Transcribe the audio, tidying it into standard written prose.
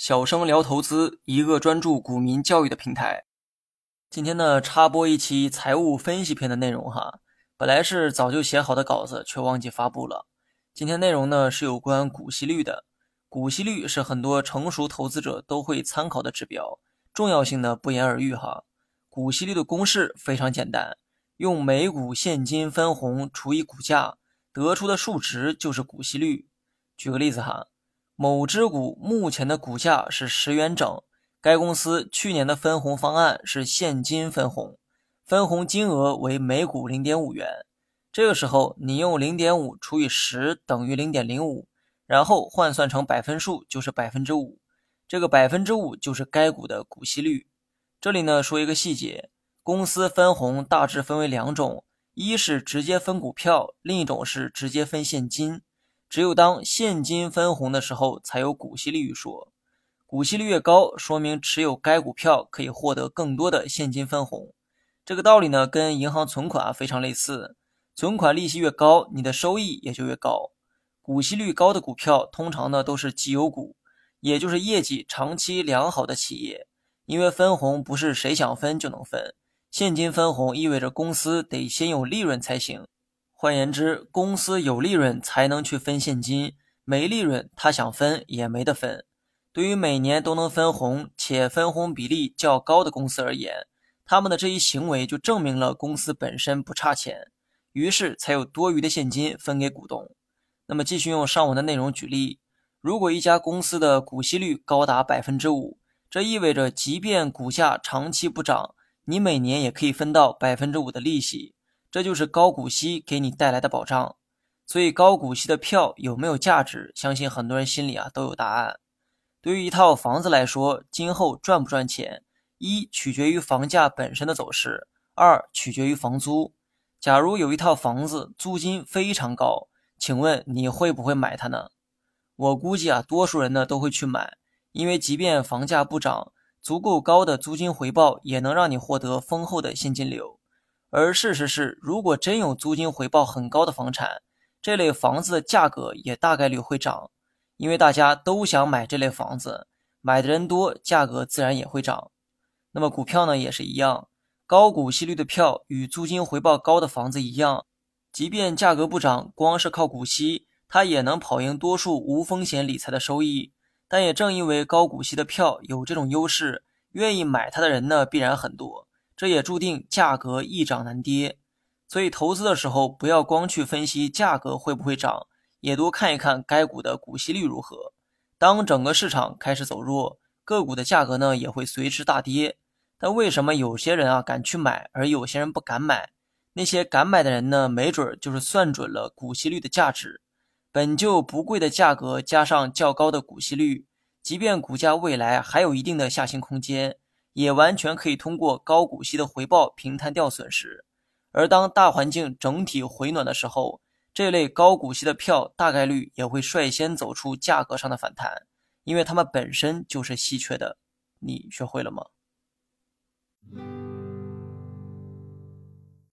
小生聊投资，一个专注股民教育的平台。今天呢，插播一期财务分析篇的内容哈。本来是早就写好的稿子，却忘记发布了。今天内容呢是有关股息率的。股息率是很多成熟投资者都会参考的指标，重要性呢不言而喻哈。股息率的公式非常简单，用每股现金分红除以股价，得出的数值就是股息率。举个例子哈。某只股目前的股价是10元整，该公司去年的分红方案是现金分红，分红金额为每股 0.5 元。这个时候你用 0.5 除以10等于 0.05， 然后换算成百分数就是 5%， 这个 5% 就是该股的股息率。这里呢说一个细节，公司分红大致分为两种，一是直接分股票，另一种是直接分现金。只有当现金分红的时候才有股息率一说，股息率越高，说明持有该股票可以获得更多的现金分红。这个道理呢跟银行存款非常类似，存款利息越高，你的收益也就越高。股息率高的股票通常呢都是绩优股，也就是业绩长期良好的企业，因为分红不是谁想分就能分，现金分红意味着公司得先有利润才行。换言之，公司有利润才能去分现金，没利润他想分也没得分。对于每年都能分红且分红比例较高的公司而言，他们的这一行为就证明了公司本身不差钱，于是才有多余的现金分给股东。那么继续用上文的内容举例，如果一家公司的股息率高达 5%， 这意味着即便股价长期不涨，你每年也可以分到 5% 的利息。这就是高股息给你带来的保障。所以高股息的票有没有价值，相信很多人心里都有答案。对于一套房子来说，今后赚不赚钱，一取决于房价本身的走势，二取决于房租。假如有一套房子租金非常高，请问你会不会买它呢？我估计多数人呢都会去买，因为即便房价不涨，足够高的租金回报也能让你获得丰厚的现金流。而事实是，如果真有租金回报很高的房产，这类房子的价格也大概率会涨，因为大家都想买这类房子，买的人多，价格自然也会涨。那么股票呢也是一样，高股息率的票与租金回报高的房子一样，即便价格不涨，光是靠股息，它也能跑赢多数无风险理财的收益。但也正因为高股息的票有这种优势，愿意买它的人呢必然很多。这也注定价格易涨难跌，所以投资的时候不要光去分析价格会不会涨，也多看一看该股的股息率如何。当整个市场开始走弱，个股的价格呢也会随之大跌。但为什么有些人敢去买，而有些人不敢买？那些敢买的人呢，没准就是算准了股息率的价值。本就不贵的价格加上较高的股息率，即便股价未来还有一定的下行空间，也完全可以通过高股息的回报平摊掉损失。而当大环境整体回暖的时候，这类高股息的票大概率也会率先走出价格上的反弹，因为它们本身就是稀缺的。你学会了吗？